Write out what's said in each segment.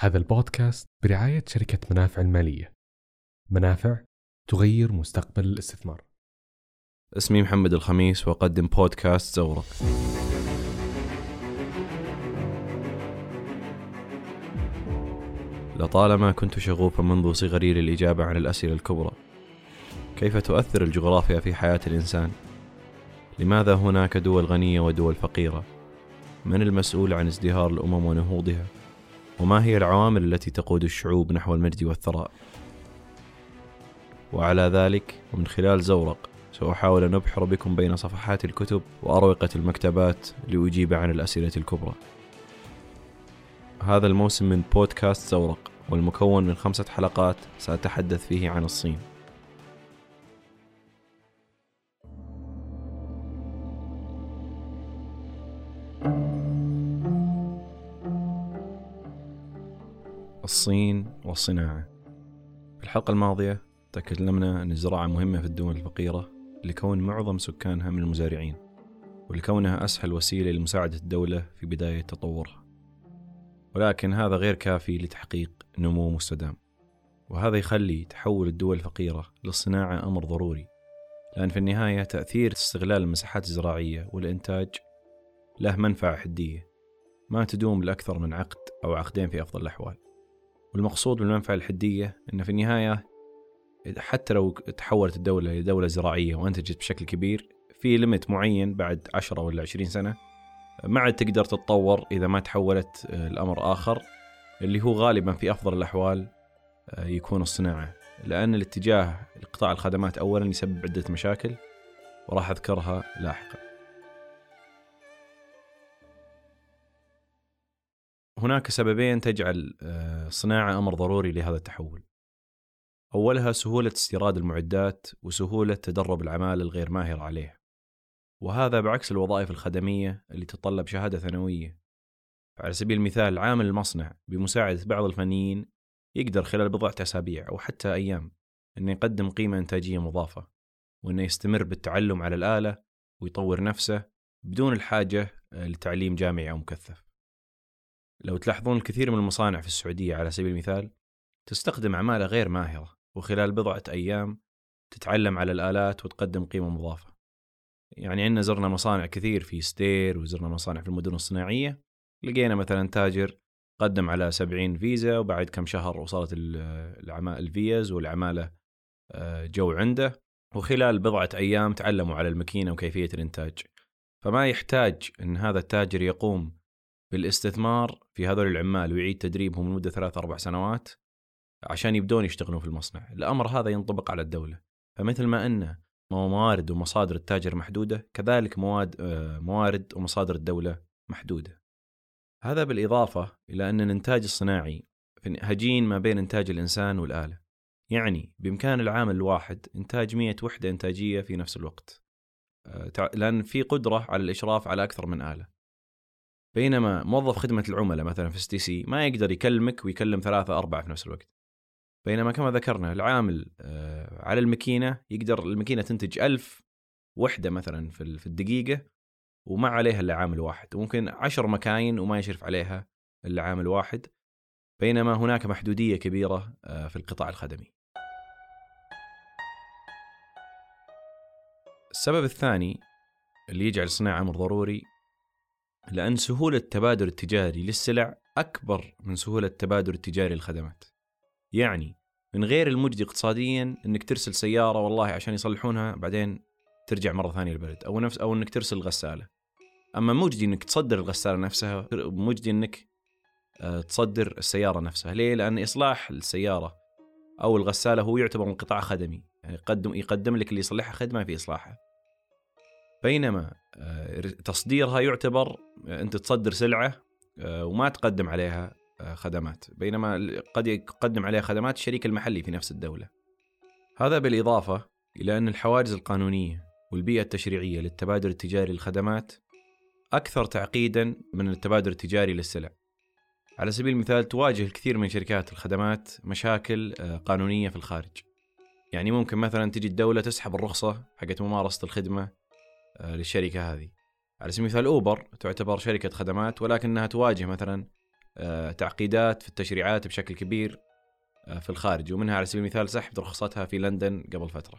هذا البودكاست برعاية شركة منافع المالية. منافع تغير مستقبل الاستثمار. اسمي محمد الخميس وأقدم بودكاست زورق. لطالما كنت شغوفا منذ صغري للإجابة عن الأسئلة الكبرى: كيف تؤثر الجغرافيا في حياة الإنسان؟ لماذا هناك دول غنية ودول فقيرة؟ من المسؤول عن ازدهار الأمم ونهوضها؟ وما هي العوامل التي تقود الشعوب نحو المجد والثراء؟ وعلى ذلك ومن خلال زورق سأحاول أن أبحر بكم بين صفحات الكتب وأروقة المكتبات لأجيب عن الأسئلة الكبرى. هذا الموسم من بودكاست زورق، والمكون من 5 حلقات سأتحدث فيه عن الصين. الصين والصناعة. في الحلقة الماضية تكلمنا أن الزراعة مهمة في الدول الفقيرة لكون معظم سكانها من المزارعين، ولكونها أسهل وسيلة لمساعدة الدولة في بداية تطورها. ولكن هذا غير كافي لتحقيق نمو مستدام، وهذا يخلي تحول الدول الفقيرة للصناعة أمر ضروري، لأن في النهاية تأثير استغلال المساحات الزراعية والإنتاج له منفعة حدية ما تدوم لأكثر من عقد أو عقدين في أفضل الأحوال. والمقصود بالمنفعة الحدية أن في النهاية حتى لو تحولت الدولة لدولة زراعية وأنتجت بشكل كبير، في ليميت معين بعد 10 ولا 20 سنة ما عاد تقدر تتطور إذا ما تحولت الأمر آخر، اللي هو غالبا في أفضل الأحوال يكون الصناعة، لأن الاتجاه لقطاع الخدمات أولا يسبب عدة مشاكل وراح أذكرها لاحقا. هناك سببين تجعل الصناعة أمر ضروري لهذا التحول. أولها سهولة استيراد المعدات وسهولة تدرب العمالة الغير ماهرة عليها، وهذا بعكس الوظائف الخدمية اللي تتطلب شهادة ثانوية. على سبيل المثال عامل المصنع بمساعدة بعض الفنيين يقدر خلال بضعة أسابيع أو حتى أيام أنه يقدم قيمة إنتاجية مضافة، وأنه يستمر بالتعلم على الآلة ويطور نفسه بدون الحاجة لتعليم جامعي أو مكثف. لو تلاحظون الكثير من المصانع في السعودية على سبيل المثال تستخدم عمالة غير ماهرة، وخلال بضعة أيام تتعلم على الآلات وتقدم قيمة مضافة. يعني عندنا زرنا مصانع كثير في ستير، وزرنا مصانع في المدن الصناعية، لقينا مثلا تاجر قدم على 70 فيزا، وبعد كم شهر وصلت الفيز والعمالة جو عنده، وخلال بضعة أيام تعلموا على الماكينة وكيفية الإنتاج. فما يحتاج أن هذا التاجر يقوم بالاستثمار في هذول العمال ويعيد تدريبهم لمدة 3-4 سنوات عشان يبدون يشتغلون في المصنع. الأمر هذا ينطبق على الدولة، فمثل ما أن موارد ومصادر التاجر محدودة، كذلك موارد ومصادر الدولة محدودة. هذا بالإضافة إلى أن الإنتاج الصناعي هجين ما بين إنتاج الإنسان والآلة، يعني بإمكان العامل الواحد إنتاج 100 وحدة إنتاجية في نفس الوقت، لأن في قدرة على الإشراف على أكثر من آلة. بينما موظف خدمة العملاء مثلا في STC ما يقدر يكلمك ويكلم 3-4 في نفس الوقت. بينما كما ذكرنا العامل على الماكينة يقدر الماكينة تنتج 1000 وحدة مثلا في الدقيقة وما عليها إلا عامل واحد، وممكن 10 مكاين وما يشرف عليها إلا عامل واحد. بينما هناك محدودية كبيرة في القطاع الخدمي. السبب الثاني اللي يجعل الصناعة أمر ضروري لأن سهولة التبادل التجاري للسلع أكبر من سهولة التبادل التجاري للخدمات. يعني من غير المجدي اقتصاديا انك ترسل سيارة والله عشان يصلحونها بعدين ترجع مرة ثانية البلد، او انك ترسل غسالة. اما مجدي انك تصدر الغسالة نفسها، مجدي انك تصدر السيارة نفسها. ليه؟ لان اصلاح السيارة او الغسالة هو يعتبر من قطاع خدمي، يعني يقدم لك اللي يصلحها خدمة في اصلاحها. بينما تصديرها يعتبر انت تصدر سلعة وما تقدم عليها خدمات، بينما قد يقدم عليها خدمات الشريك المحلي في نفس الدولة. هذا بالإضافة إلى أن الحواجز القانونية والبيئة التشريعية للتبادل التجاري للخدمات أكثر تعقيداً من التبادل التجاري للسلع. على سبيل المثال تواجه الكثير من شركات الخدمات مشاكل قانونية في الخارج. يعني ممكن مثلاً تجي الدولة تسحب الرخصة حقت ممارسة الخدمة للشركة هذه. على سبيل المثال أوبر تعتبر شركة خدمات ولكنها تواجه مثلاً تعقيدات في التشريعات بشكل كبير في الخارج، ومنها على سبيل المثال سحب رخصتها في لندن قبل فترة.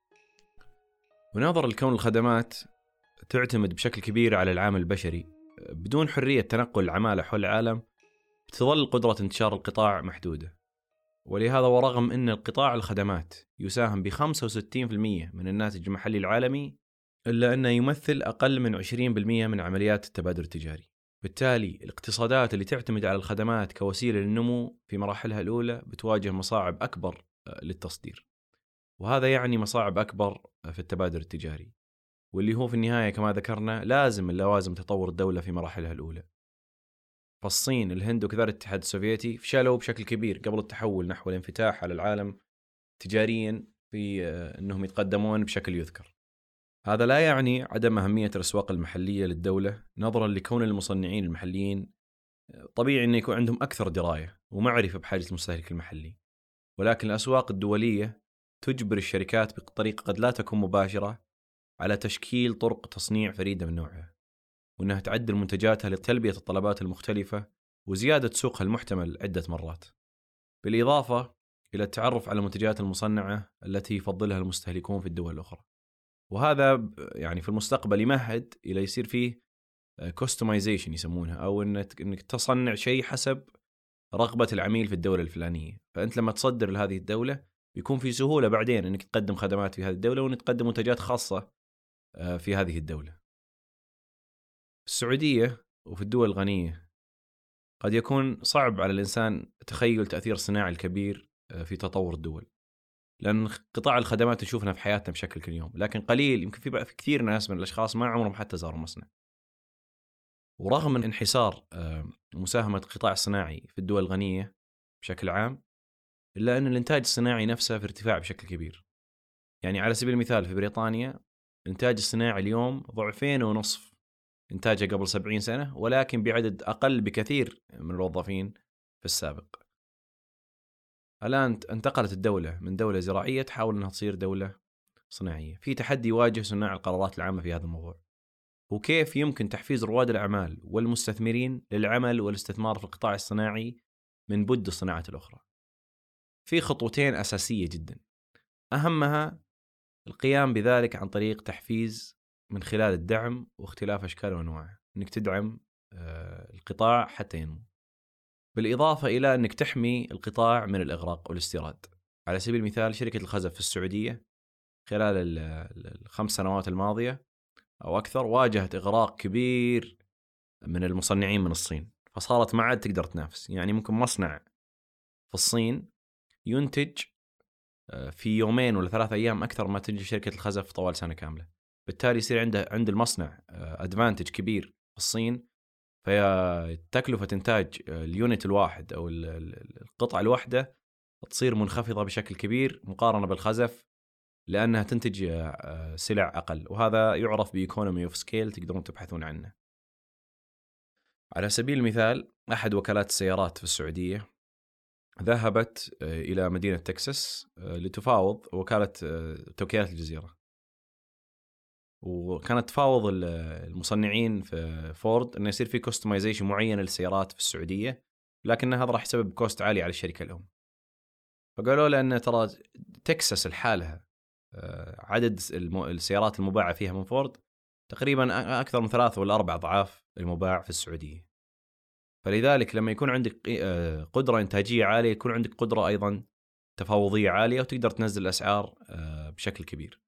ونظرا لكون الخدمات تعتمد بشكل كبير على العامل البشري، بدون حرية تنقل العمالة حول العالم تظل قدرة انتشار القطاع محدودة. ولهذا ورغم أن القطاع الخدمات يساهم ب 65% من الناتج المحلي العالمي، إلا أنه يمثل أقل من 20% من عمليات التبادل التجاري. بالتالي الاقتصادات اللي تعتمد على الخدمات كوسيلة للنمو في مراحلها الأولى بتواجه مصاعب أكبر للتصدير، وهذا يعني مصاعب أكبر في التبادل التجاري، واللي هو في النهاية كما ذكرنا لازم اللوازم تطور الدولة في مراحلها الأولى. فالصين، الهند وكذلك الاتحاد السوفيتي فشلوا بشكل كبير قبل التحول نحو الانفتاح على العالم تجاريا في أنهم يتقدمون بشكل يذكر. هذا لا يعني عدم أهمية الأسواق المحلية للدولة، نظرا لكون المصنعين المحليين طبيعي أن يكون عندهم أكثر دراية ومعرفة بحاجة المستهلك المحلي، ولكن الأسواق الدولية تجبر الشركات بطريقة قد لا تكون مباشرة على تشكيل طرق تصنيع فريدة من نوعها، وأنها تعدل منتجاتها لتلبية الطلبات المختلفة وزيادة سوقها المحتمل عدة مرات، بالإضافة إلى التعرف على المنتجات المصنعة التي يفضلها المستهلكون في الدول الأخرى. وهذا يعني في المستقبل يمهد إلى يصير فيه كوستمايزيشن يسمونها، أو إنك تصنع شيء حسب رغبة العميل في الدولة الفلانية. فأنت لما تصدر لهذه الدولة بيكون في سهولة بعدين إنك تقدم خدمات في هذه الدولة وإنك تقدم منتجات خاصة في هذه الدولة. السعودية وفي الدول الغنية قد يكون صعب على الإنسان تخيل تأثير الصناعي الكبير في تطور الدول، لأن قطاع الخدمات نشوفنا في حياتنا بشكل كل يوم، لكن قليل يمكن في كثير ناس من الأشخاص ما عمرهم حتى زاروا مصنع. ورغم من انحسار مساهمة القطاع الصناعي في الدول الغنية بشكل عام، إلا أن الإنتاج الصناعي نفسه في ارتفاع بشكل كبير. يعني على سبيل المثال في بريطانيا الإنتاج الصناعي اليوم 2.5 إنتاجه قبل 70 سنة، ولكن بعدد أقل بكثير من الموظفين في السابق. الآن انتقلت الدولة من دولة زراعية تحاول أنها تصير دولة صناعية. في تحدي يواجه صناع القرارات العامة في هذا الموضوع، وكيف يمكن تحفيز رواد الأعمال والمستثمرين للعمل والاستثمار في القطاع الصناعي من بد الصناعات الأخرى. في خطوتين أساسية جدا، أهمها القيام بذلك عن طريق تحفيز من خلال الدعم واختلاف أشكاله وأنواعه، أنك تدعم القطاع حتى ينمو، بالإضافة إلى أنك تحمي القطاع من الإغراق والاستيراد. على سبيل المثال شركة الخزف في السعودية خلال ال5 سنوات الماضية أو أكثر واجهت إغراق كبير من المصنعين من الصين، فصارت ما عاد تقدر تنافس. يعني ممكن مصنع في الصين ينتج في 2 ولا 3 أيام أكثر ما تنتج شركة الخزف طوال سنة كاملة. بالتالي يصير عند المصنع أدفانتج كبير في الصين، فتكلفة إنتاج اليونت الواحد أو القطعة الواحدة تصير منخفضة بشكل كبير مقارنة بالخزف، لأنها تنتج سلع أقل، وهذا يعرف بإيكونومي أوف سكيل، تقدرون تبحثون عنه. على سبيل المثال أحد وكالات السيارات في السعودية ذهبت إلى مدينة تكساس لتفاوض وكالة توكيلات الجزيرة، وكانت تفاوض المصنعين في فورد أنه يصير في كوستمايزيشن معين للسيارات في السعودية، لكن هذا راح يسبب كوست عالي على الشركة الأم. فقالوا له أن ترى تكساس الحالها عدد السيارات المباعة فيها من فورد تقريبا أكثر من 3 ولا 4 أضعاف المباع في السعودية. فلذلك لما يكون عندك قدرة إنتاجية عالية يكون عندك قدرة أيضا تفاوضية عالية، وتقدر تنزل الأسعار بشكل كبير.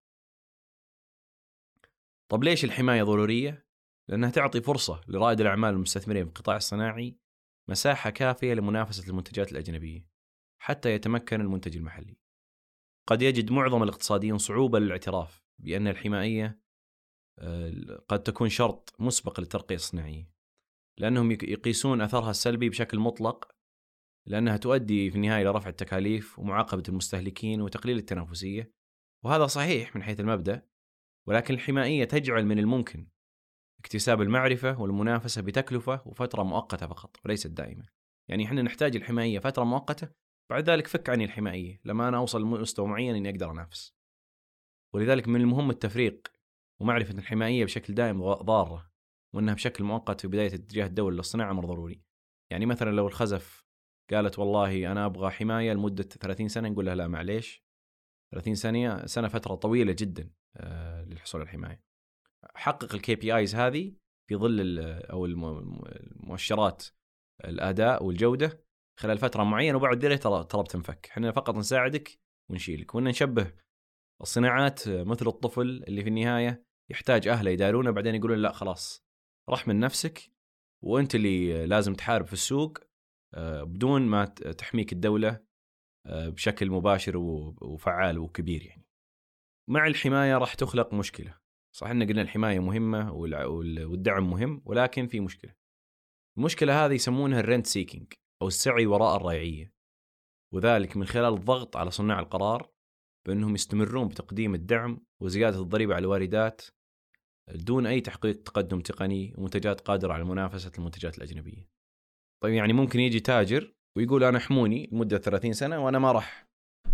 طب ليش الحماية ضرورية؟ لأنها تعطي فرصة لرائد الأعمال والمستثمرين في القطاع الصناعي مساحة كافية لمنافسة المنتجات الأجنبية حتى يتمكن المنتج المحلي. قد يجد معظم الاقتصاديين صعوبة للاعتراف بأن الحماية قد تكون شرط مسبق للترقية الصناعية، لأنهم يقيسون أثرها السلبي بشكل مطلق، لأنها تؤدي في النهاية إلى رفع التكاليف ومعاقبة المستهلكين وتقليل التنافسية. وهذا صحيح من حيث المبدأ، ولكن الحمائية تجعل من الممكن اكتساب المعرفة والمنافسة بتكلفة وفترة مؤقتة فقط وليست دائمة. يعني إحنا نحتاج الحمائية فترة مؤقتة، بعد ذلك فك عني الحمائية لما أنا أوصل لمستوى معين إني أقدر أنافس. ولذلك من المهم التفريق ومعرفة الحمائية بشكل دائم ضارة، وأنها بشكل مؤقت في بداية اتجاه الدولة للصناعة أمر ضروري. يعني مثلا لو الخزف قالت والله أنا أبغى حماية لمدة 30 سنة، نقول لها لا معليش، 30 سنة فترة طويلة جدا للحصول على الحماية. حقق الكي بي ايز هذه في ظل أو المؤشرات الأداء والجودة خلال فترة معينة، وبعد ذلك ترى بتنفك. احنا فقط نساعدك ونشيلك. وإن نشبه الصناعات مثل الطفل اللي في النهاية يحتاج أهله يدارونه، بعدين يقولون لا خلاص رح من نفسك، وأنت اللي لازم تحارب في السوق بدون ما تحميك الدولة بشكل مباشر وفعال وكبير. يعني مع الحماية راح تخلق مشكلة. صح إن قلنا الحماية مهمة والدعم مهم، ولكن في مشكلة. المشكلة هذه يسمونها الرنت سيكينج أو السعي وراء الريعية، وذلك من خلال الضغط على صناع القرار بأنهم يستمرون بتقديم الدعم وزيادة الضريبة على الواردات دون أي تحقيق تقدم تقني ومنتجات قادرة على منافسة المنتجات الأجنبية. طيب يعني ممكن يجي تاجر ويقول أنا حموني لمدة 30 سنة وأنا ما راح،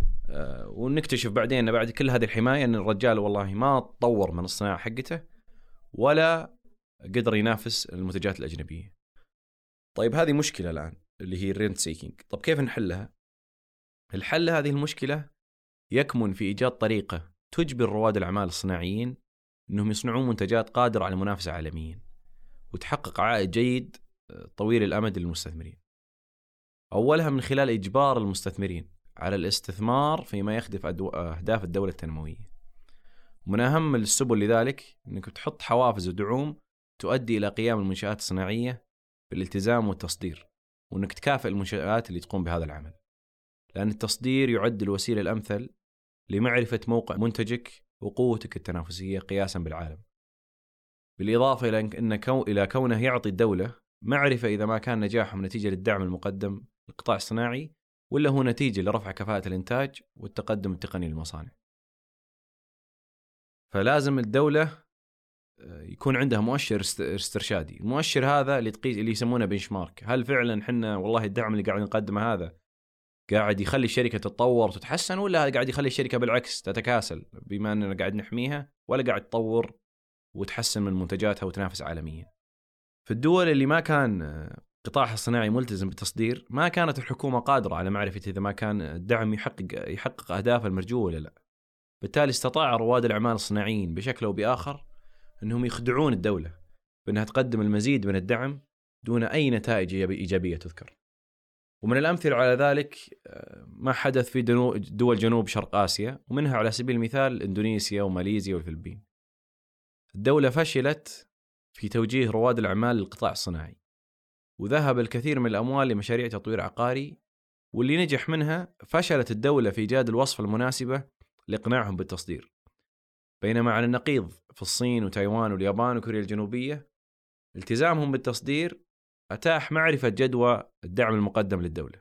ونكتشف بعدين بعد كل هذه الحماية أن الرجال والله ما تطور من الصناعة حقته ولا قدر ينافس المنتجات الأجنبية. طيب هذه مشكلة الآن اللي هي الرنت سيكينج. طب كيف نحلها؟ الحل هذه المشكلة يكمن في إيجاد طريقة تجبر رواد الأعمال الصناعيين أنهم يصنعون منتجات قادرة على المنافسة عالميا وتحقق عائد جيد طويل الأمد للمستثمرين. أولها من خلال إجبار المستثمرين على الاستثمار فيما يخدم أهداف الدولة التنموية. ومن أهم السبل لذلك أنك تحط حوافز ودعوم تؤدي إلى قيام المنشآت الصناعية بالالتزام والتصدير، وأنك تكافئ المنشآت اللي تقوم بهذا العمل، لأن التصدير يعد الوسيلة الأمثل لمعرفة موقع منتجك وقوتك التنافسية قياسا بالعالم، بالإضافة إلى كونه يعطي الدولة معرفة إذا ما كان نجاحهم نتيجة للدعم المقدم للقطاع الصناعي ولا هو نتيجة لرفع كفاءة الإنتاج والتقدم التقني للمصانع. فلازم الدولة يكون عندها مؤشر استرشادي. المؤشر هذا اللي يسمونه بنشمارك. هل فعلا حنا والله الدعم اللي قاعد نقدمه هذا قاعد يخلي الشركة تتطور وتتحسن، ولا قاعد يخلي الشركة بالعكس تتكاسل بما أننا قاعد نحميها، ولا قاعد تطور وتحسن من منتجاتها وتنافس عالميا. في الدول اللي ما كان قطاعها الصناعي ملتزم بالتصدير ما كانت الحكومة قادرة على معرفة إذا ما كان الدعم يحقق أهداف المرجوة ولا لا. بالتالي استطاع رواد الأعمال الصناعيين بشكل أو بآخر أنهم يخدعون الدولة بأنها تقدم المزيد من الدعم دون أي نتائج إيجابية تذكر. ومن الأمثلة على ذلك ما حدث في دول جنوب شرق آسيا، ومنها على سبيل المثال إندونيسيا وماليزيا والفلبين. الدولة فشلت في توجيه رواد الأعمال للقطاع الصناعي، وذهب الكثير من الأموال لمشاريع تطوير عقاري، واللي نجح منها فشلت الدولة في إيجاد الوصفة المناسبة لإقناعهم بالتصدير. بينما على النقيض في الصين وتايوان واليابان وكوريا الجنوبية التزامهم بالتصدير أتاح معرفة جدوى الدعم المقدم للدولة.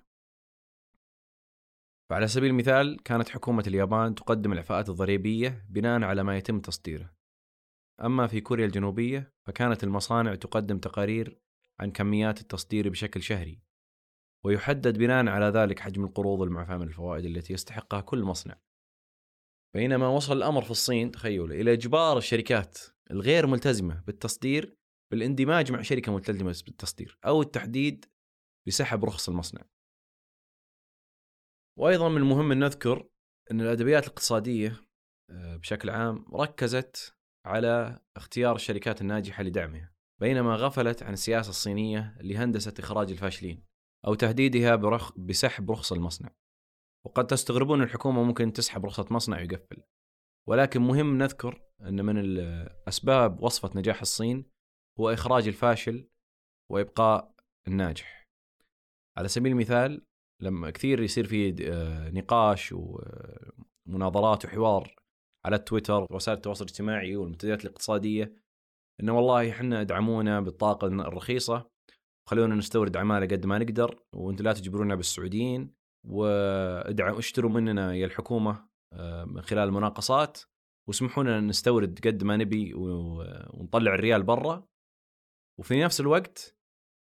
فعلى سبيل المثال كانت حكومة اليابان تقدم الإعفاءات الضريبية بناء على ما يتم تصديره، أما في كوريا الجنوبية فكانت المصانع تقدم تقارير عن كميات التصدير بشكل شهري، ويحدد بناء على ذلك حجم القروض المعفاة من الفوائد التي يستحقها كل مصنع. بينما وصل الأمر في الصين تخيل إلى إجبار الشركات الغير ملتزمة بالتصدير بالاندماج مع شركة ملتزمة بالتصدير أو التحديد بسحب رخص المصنع. وأيضا من المهم أن نذكر أن الأدبيات الاقتصادية بشكل عام ركزت على اختيار الشركات الناجحة لدعمها، بينما غفلت عن السياسة الصينية لهندسة إخراج الفاشلين أو تهديدها بسحب رخص المصنع. وقد تستغربون الحكومة ممكن تسحب رخصة مصنع ويقفل، ولكن مهم نذكر أن من الأسباب وصفة نجاح الصين هو إخراج الفاشل وإبقاء الناجح. على سبيل المثال لما كثير يصير فيه نقاش ومناظرات وحوار على تويتر ووسائل التواصل الاجتماعي والمنتديات الاقتصادية إنه والله إحنا ادعمونا بالطاقة الرخيصة وخلونا نستورد عمالة قد ما نقدر، وأنتم لا تجبرونا بالسعوديين، واشتروا مننا يا الحكومة من خلال المناقصات، واسمحوا لنا نستورد قد ما نبي ونطلع الريال برا. وفي نفس الوقت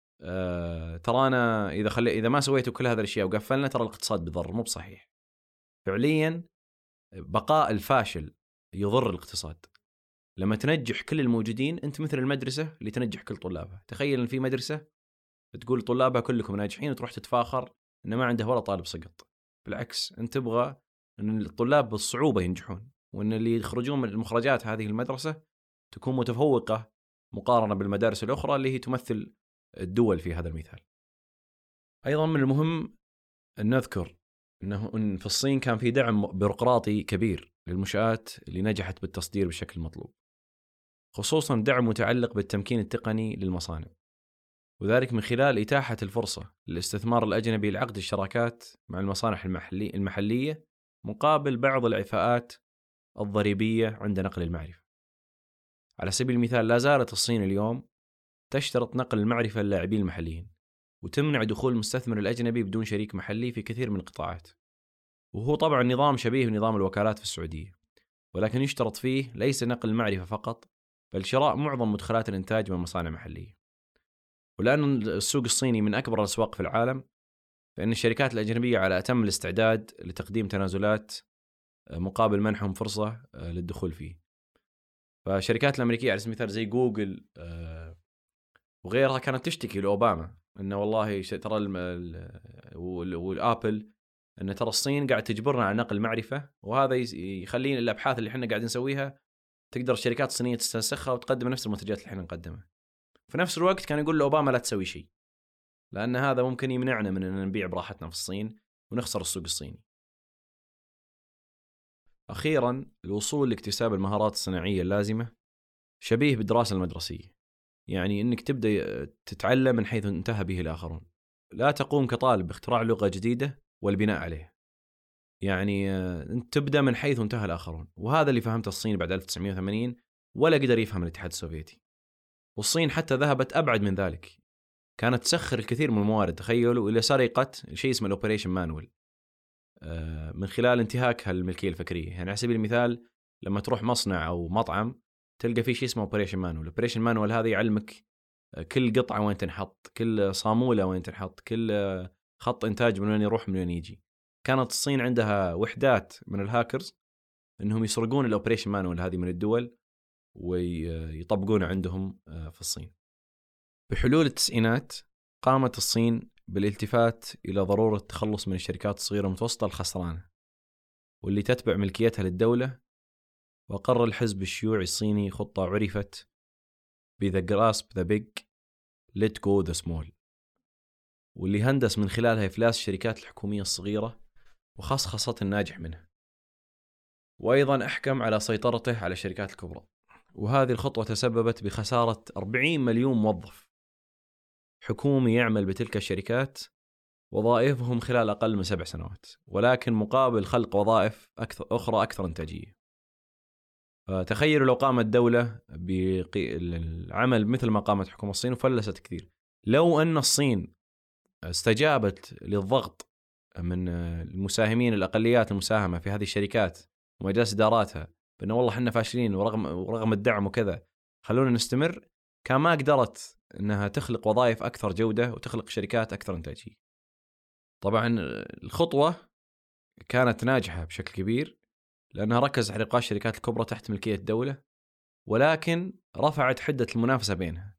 ترانا إذا ما سويتوا كل هذه الأشياء وقفلنا ترى الاقتصاد بيضر. مو بصحيح. فعليا بقاء الفاشل يضر الاقتصاد. لما تنجح كل الموجودين أنت مثل المدرسة اللي تنجح كل طلابها. تخيل إن في مدرسة تقول طلابها كلكم ناجحين وتروح تتفاخر إن ما عنده ولا طالب سقط. بالعكس، أنت تبغى أن الطلاب بالصعوبة ينجحون، وأن اللي يخرجون من المخرجات هذه المدرسة تكون متفوقة مقارنة بالمدارس الأخرى اللي هي تمثل الدول في هذا المثال. أيضا من المهم أن نذكر أن في الصين كان في دعم بيروقراطي كبير للمنشآت اللي نجحت بالتصدير بالشكل المطلوب، خصوصا دعم متعلق بالتمكين التقني للمصانع، وذلك من خلال إتاحة الفرصة للاستثمار الأجنبي لعقد الشراكات مع المصانع المحلية مقابل بعض الإعفاءات الضريبية عند نقل المعرفة. على سبيل المثال، لا زالت الصين اليوم تشترط نقل المعرفة للاعبين المحليين، وتمنع دخول المستثمر الأجنبي بدون شريك محلي في كثير من القطاعات، وهو طبعا نظام شبيه بنظام الوكالات في السعودية، ولكن يشترط فيه ليس نقل المعرفة فقط بل شراء معظم مدخلات الإنتاج من مصانع محلية. ولأن السوق الصيني من أكبر الأسواق في العالم، فإن الشركات الأجنبية على أتم الاستعداد لتقديم تنازلات مقابل منحهم فرصة للدخول فيه. فالشركات الأمريكية على سبيل المثال زي جوجل وغيرها كانت تشتكي لأوباما إنه والله ترى والآبل إن ترى الصين قاعد تجبرنا على نقل معرفة، وهذا يخلينا الأبحاث اللي إحنا قاعدين نسويها تقدر الشركات الصينية تستنسخها وتقدم نفس المنتجات اللي إحنا نقدمها. في نفس الوقت كان يقول لأوباما لا تسوي شيء، لأن هذا ممكن يمنعنا من أن نبيع براحتنا في الصين ونخسر السوق الصيني. أخيرا، الوصول لاكتساب المهارات الصناعية اللازمة شبيه بالدراسة المدرسية، يعني أنك تبدأ تتعلم من حيث انتهى به الآخرون، لا تقوم كطالب باختراع لغة جديدة والبناء عليها، يعني أنت تبدأ من حيث انتهى الآخرون. وهذا اللي فهمته الصين بعد 1980 ولا قدر يفهم الاتحاد السوفيتي. والصين حتى ذهبت أبعد من ذلك، كانت تسخر الكثير من الموارد، تخيلوا، إلى سرقة شيء اسمه الأوبريشن مانوال من خلال انتهاكها الملكية الفكرية. يعني على سبيل المثال لما تروح مصنع أو مطعم تلقى فيه شيء اسمه أوبريشن مانوال. الأوبريشن مانوال هذا يعلمك كل قطعة وين تنحط، كل صامولة وين تنحط، كل خط إنتاج من وين يروح من وين يجي. كانت الصين عندها وحدات من الهاكرز إنهم يسرقون الأوبريشن مانوال هذه من الدول ويطبقونه عندهم في الصين. بحلول التسعينات قامت الصين بالالتفات إلى ضرورة التخلص من الشركات الصغيرة المتوسطة الخسرانة واللي تتبع ملكيتها للدولة، وقرر الحزب الشيوعي الصيني خطة عرفت ب The Grasp the Big Let Go the Small، واللي هندس من خلالها إفلاس الشركات الحكومية الصغيرة وخصخصة الناجح منها، وأيضا أحكم على سيطرته على الشركات الكبرى. وهذه الخطوة تسببت بخسارة 40 مليون موظف حكومي يعمل بتلك الشركات وظائفهم خلال أقل من 7 سنوات، ولكن مقابل خلق وظائف أخرى أكثر إنتاجية. فتخيلوا لو قامت الدولة بالعمل مثل ما قامت حكومة الصين وفلست كثير. لو أن الصين استجابت للضغط من المساهمين الأقليات المساهمة في هذه الشركات ومجلس إداراتها بأنه والله حنا فاشلين ورغم الدعم وكذا خلونا نستمر، كان ما قدرت أنها تخلق وظائف أكثر جودة وتخلق شركات أكثر إنتاجية. طبعا الخطوة كانت ناجحة بشكل كبير لأنها ركزت على إبقاء الشركات الكبرى تحت ملكية الدولة، ولكن رفعت حدة المنافسة بينها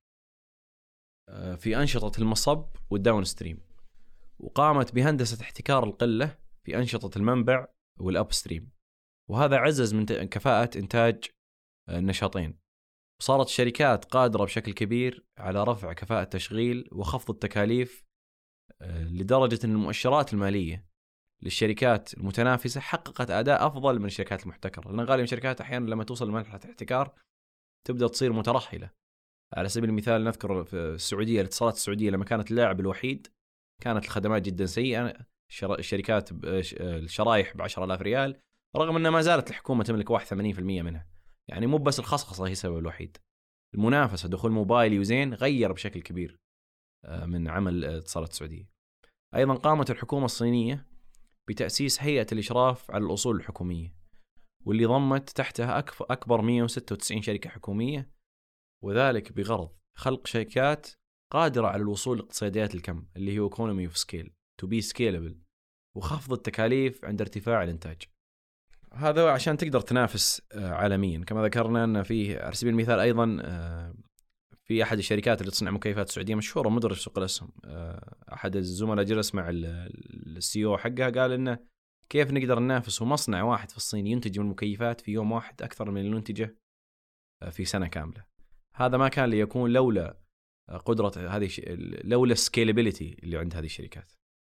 في أنشطة المصب والداون ستريم، وقامت بهندسة احتكار القلة في أنشطة المنبع والأب ستريم، وهذا عزز من كفاءة إنتاج النشاطين. وصارت الشركات قادرة بشكل كبير على رفع كفاءة التشغيل وخفض التكاليف لدرجة أن المؤشرات المالية للشركات المتنافسة حققت أداء أفضل من الشركات المحتكرة، لأن غالبا الشركات أحيانا لما توصل لمرحلة الاحتكار تبدأ تصير مترهلة. على سبيل المثال نذكر في السعودية، الاتصالات السعودية لما كانت اللاعب الوحيد كانت الخدمات جدا سيئة، الشركات الشرايح ب10,000 ريال، رغم أن ما زالت الحكومة تملك 81% منها. يعني مو بس الخصخصة هي السبب الوحيد، المنافسة، دخول موبايلي وزين غير بشكل كبير من عمل الاتصالات السعودية. أيضا قامت الحكومة الصينية بتأسيس هيئة الإشراف على الأصول الحكومية، واللي ضمت تحتها أكبر 196 شركة حكومية، وذلك بغرض خلق شركات قادرة على الوصول لاقتصاديات الكم اللي هو economy of scale to be scalable، وخفض التكاليف عند ارتفاع الإنتاج. هذا عشان تقدر تنافس عالميا. كما ذكرنا أن فيه على سبيل المثال أيضا في أحد الشركات اللي تصنع مكيفات سعودية مشهورة مدرج في سوق الأسهم، أحد الزملاء جلس مع السي او حقها قال إنه كيف نقدر ننافس ومصنع واحد في الصين ينتج من المكيفات في يوم واحد أكثر من اللي ننتجه في سنة كاملة. هذا ما كان ليكون لولا قدرة هذه لولا السكيلابيليتي اللي عند هذه الشركات.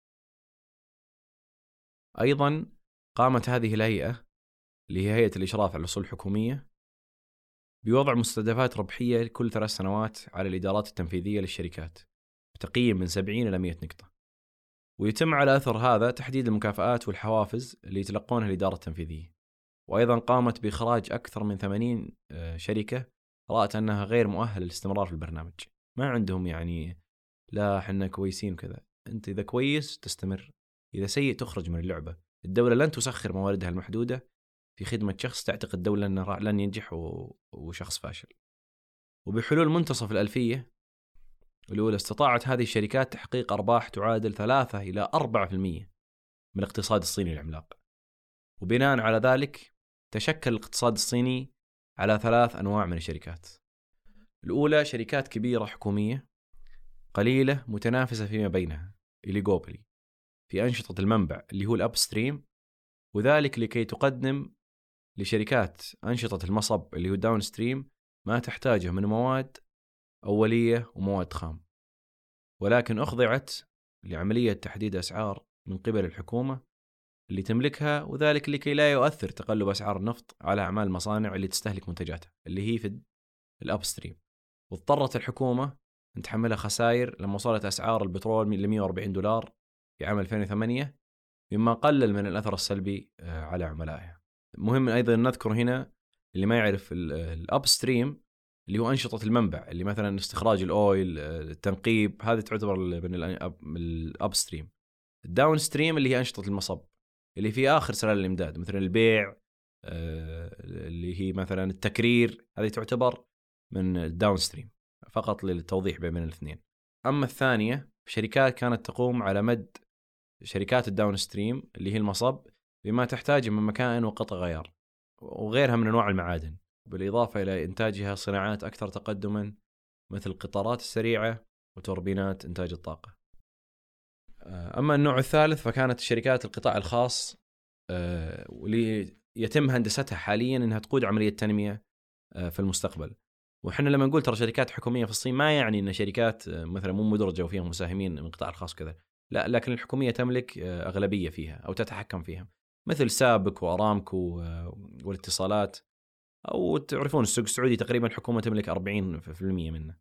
أيضا قامت هذه الهيئة اللي هي هيئة الإشراف على الأصول الحكومية بوضع مستهدفات ربحية كل 3 سنوات على الإدارات التنفيذية للشركات بتقييم من 70 إلى 100 نقطة، ويتم على أثر هذا تحديد المكافآت والحوافز اللي يتلقونها الإدارة التنفيذية. وأيضا قامت بإخراج أكثر من 80 شركة رأت أنها غير مؤهلة للاستمرار في البرنامج، ما عندهم يعني لا حنا كويسين كذا، أنت إذا كويس تستمر، إذا سيء تخرج من اللعبة. الدولة لن تسخر مواردها المحدودة في خدمة شخص تعتقد الدولة أنه لن ينجح وشخص فاشل. وبحلول منتصف الألفية الأولى استطاعت هذه الشركات تحقيق أرباح تعادل 3 إلى 4% من الاقتصاد الصيني العملاق. وبناء على ذلك تشكل الاقتصاد الصيني على 3 أنواع من الشركات. الأولى شركات كبيرة حكومية قليلة متنافسة فيما بينها إليغوبلي في أنشطة المنبع اللي هو الأبستريم، وذلك لكي تقدم لشركات أنشطة المصب اللي هو الداونستريم ما تحتاجه من مواد أولية ومواد خام، ولكن أخضعت لعملية تحديد أسعار من قبل الحكومة اللي تملكها، وذلك لكي لا يؤثر تقلب أسعار النفط على أعمال المصانع اللي تستهلك منتجاتها اللي هي في الأبستريم. واضطرت الحكومة أن تحملها خسائر لما وصلت أسعار البترول من $140 في عام 2008، مما قلل من الأثر السلبي على عملائها. مهم أيضا نذكر هنا اللي ما يعرف الأبستريم اللي هو أنشطة المنبع اللي مثلا استخراج الأويل، التنقيب، هذه تعتبر من الأبستريم. الداونستريم اللي هي أنشطة المصب اللي في آخر سلال الإمداد، مثلا البيع، اللي هي مثلا التكرير، هذه تعتبر من الداونستريم، فقط للتوضيح بين الاثنين. أما الثانية شركات كانت تقوم على مد شركات الداونستريم اللي هي المصب بما تحتاج من مكائن وقطع غيار وغيرها من أنواع المعادن، بالإضافة إلى إنتاجها صناعات أكثر تقدما مثل القطارات السريعة وتوربينات إنتاج الطاقة. أما النوع الثالث فكانت شركات القطاع الخاص، واللي يتم هندستها حاليا أنها تقود عملية تنمية في المستقبل. وحنا لما نقول ترى شركات حكومية في الصين ما يعني أن شركات مثلا مو مدرجة وفيها مساهمين من القطاع الخاص كذا، لا، لكن الحكومية تملك أغلبية فيها أو تتحكم فيها، مثل سابك وأرامكو والاتصالات، أو تعرفون السوق السعودي تقريبا الحكومة تملك 40% منه.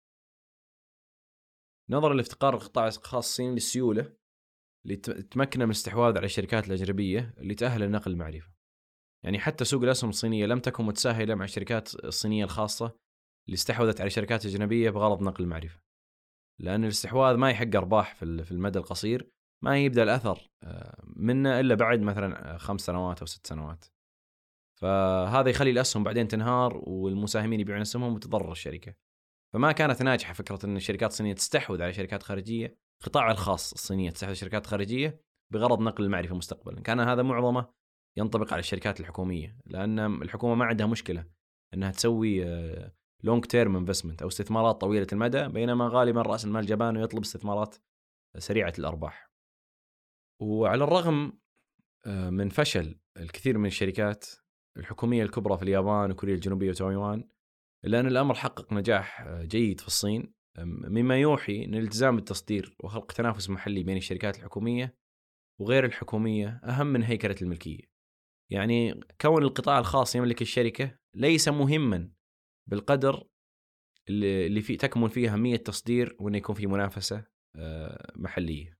نظرا لافتقار القطاع الخاص الصيني للسيولة اللي تمكن من الاستحواذ على الشركات الأجنبية اللي تأهل لنقل المعرفة. يعني حتى سوق الأسهم الصينية لم تكن متساهلة مع الشركات الصينية الخاصة اللي استحوذت على شركات أجنبية بغرض نقل المعرفة، لأن الاستحواذ ما يحقق أرباح في المدى القصير، ما يبدأ الأثر منه إلا بعد مثلا 5 سنوات أو 6 سنوات. فهذا يخلي الأسهم بعدين تنهار والمساهمين يبيعون أسهمهم وتضرر الشركة. فما كانت ناجحة فكرة أن الشركات الصينية تستحوذ على شركات خارجية، قطاع الخاص الصينية تستحوذ على شركات خارجية بغرض نقل المعرفة مستقبلا. كان هذا معظمه ينطبق على الشركات الحكومية، لأن الحكومة ما عندها مشكلة أنها تسوي لونج تيرم انفستمنت أو استثمارات طويلة المدى، بينما غالبا رأس المال جبان ويطلب استثمارات سريعة الأرباح. وعلى الرغم من فشل الكثير من الشركات الحكومية الكبرى في اليابان وكوريا الجنوبية وتايوان، إلا أن الأمر حقق نجاح جيد في الصين، مما يوحي أن الالتزام بالتصدير وخلق تنافس محلي بين الشركات الحكومية وغير الحكومية أهم من هيكلة الملكية. يعني كون القطاع الخاص يملك الشركة ليس مهما بالقدر اللي فيه تكمن فيه أهمية التصدير وأن يكون في منافسة محلية.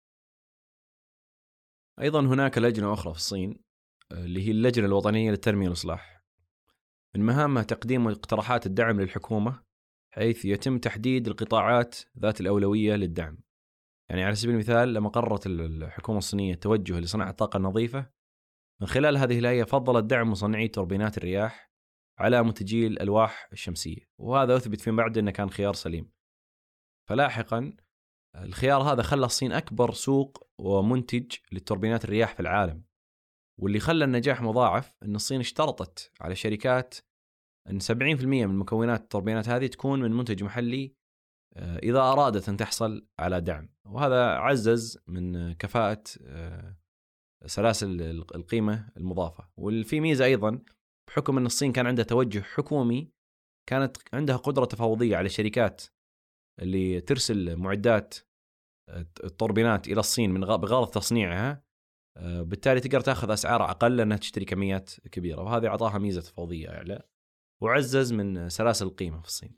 أيضا هناك لجنة أخرى في الصين اللي هي اللجنة الوطنية للتنمية والإصلاح، من مهامها تقديم اقتراحات الدعم للحكومة، حيث يتم تحديد القطاعات ذات الأولوية للدعم. يعني على سبيل المثال لما قررت الحكومة الصينية التوجه لصناعة الطاقة النظيفة، من خلال هذه الهيئة فضلت دعم مصنعي توربينات الرياح على منتجي الألواح الشمسية، وهذا أثبت فيما بعد أنه كان خيار سليم. فلاحقا الخيار هذا خلى الصين أكبر سوق ومنتج للتوربينات الرياح في العالم، واللي خلى النجاح مضاعف أن الصين اشترطت على شركات أن 70% من مكونات التوربينات هذه تكون من منتج محلي إذا أرادت أن تحصل على دعم، وهذا عزز من كفاءة سلاسل القيمة المضافة. والفي ميزة أيضا بحكم أن الصين كان عندها توجه حكومي، كانت عندها قدرة تفاوضية على الشركات اللي ترسل معدات التوربينات إلى الصين بغرض تصنيعها، بالتالي تقدر تأخذ أسعار أقل لأنها تشتري كميات كبيرة، وهذا أعطاها ميزة تفاوضية أعلى وعزز من سلاسل القيمة في الصين.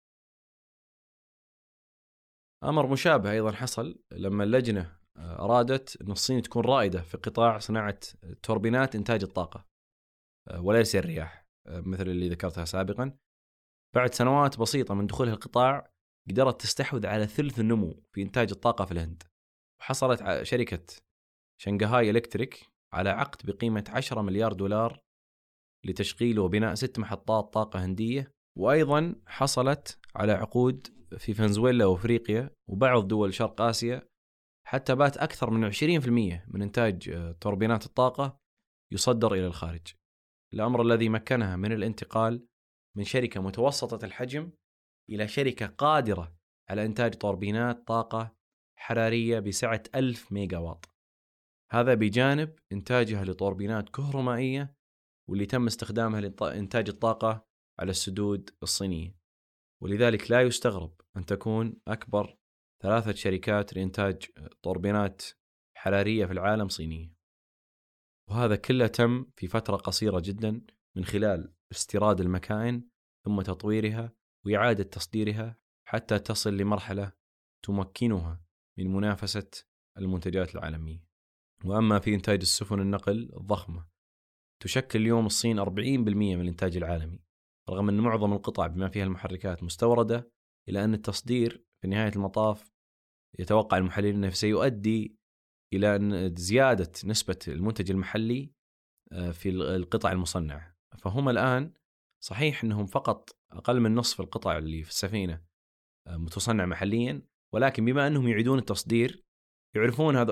أمر مشابه أيضا حصل لما اللجنة أرادت أن الصين تكون رائدة في قطاع صناعة توربينات إنتاج الطاقة وليس الرياح مثل اللي ذكرتها سابقا. بعد سنوات بسيطة من دخولها القطاع قدرت تستحوذ على ثلث النمو في إنتاج الطاقة في الهند، وحصلت شركة شنغهاي إلكتريك على عقد بقيمة 10 مليار دولار لتشغيل وبناء 6 محطات طاقة هندية، وأيضا حصلت على عقود في فنزويلا وأفريقيا وبعض دول شرق آسيا، حتى بات أكثر من 20% من إنتاج توربينات الطاقة يصدر إلى الخارج، الأمر الذي مكنها من الانتقال من شركة متوسطة الحجم إلى شركة قادرة على إنتاج توربينات طاقة حرارية بسعة 1000 ميجا واط، هذا بجانب إنتاجها لتوربينات كهرومائية واللي تم استخدامها لإنتاج الطاقة على السدود الصينية. ولذلك لا يستغرب أن تكون أكبر 3 شركات لإنتاج توربينات حرارية في العالم صينية، وهذا كله تم في فترة قصيرة جدا من خلال استيراد المكائن ثم تطويرها وإعادة تصديرها حتى تصل لمرحلة تمكنها من منافسة المنتجات العالمية. وأما في إنتاج السفن النقل الضخمة، تشكل اليوم الصين 40% من الإنتاج العالمي، رغم أن معظم القطع بما فيها المحركات مستوردة، إلى أن التصدير في نهاية المطاف يتوقع المحللين أنه سيؤدي إلى أن زيادة نسبة المنتج المحلي في القطع المصنعة. فهم الآن صحيح أنهم فقط أقل من نصف القطع اللي في السفينة متصنع محليا، ولكن بما أنهم يعيدون التصدير يعرفون هذا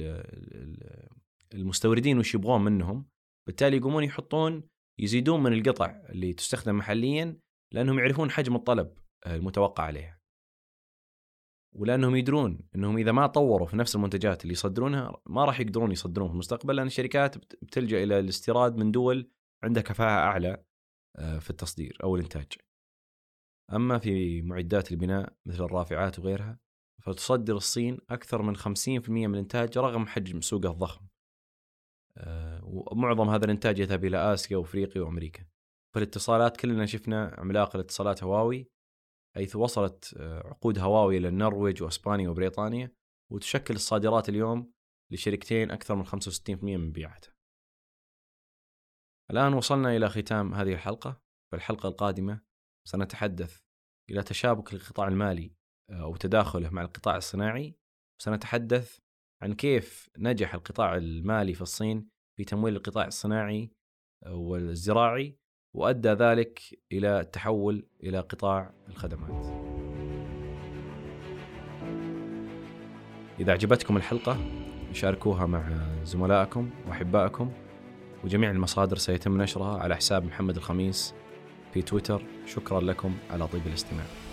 المستوردين وش يبغون منهم، بالتالي يقومون يزيدون من القطع اللي تستخدم محليا، لأنهم يعرفون حجم الطلب المتوقع عليها، ولأنهم يدرون أنهم إذا ما طوروا في نفس المنتجات اللي يصدرونها ما راح يقدرون يصدرون في المستقبل، لأن الشركات بتلجأ إلى الاستيراد من دول عندها كفاءة أعلى في التصدير أو الإنتاج. أما في معدات البناء مثل الرافعات وغيرها، فتصدر الصين أكثر من 50% من الإنتاج رغم حجم سوقه الضخم، ومعظم هذا الإنتاج يذهب إلى آسيا وأفريقيا وأمريكا. في الاتصالات كلنا شفنا عملاق الاتصالات هواوي، حيث وصلت عقود هواوي إلى النرويج وأسبانيا وبريطانيا، وتشكل الصادرات اليوم لشركتين أكثر من 65% من مبيعاتها. الآن وصلنا إلى ختام هذه الحلقة. في الحلقة القادمة سنتحدث إلى تشابك القطاع المالي أو تداخله مع القطاع الصناعي، وسنتحدث عن كيف نجح القطاع المالي في الصين في تمويل القطاع الصناعي والزراعي، وأدى ذلك إلى التحول إلى قطاع الخدمات. إذا أعجبتكم الحلقة شاركوها مع زملائكم وأحبائكم، وجميع المصادر سيتم نشرها على حساب محمد الخميس في تويتر. شكرا لكم على طيب الاستماع.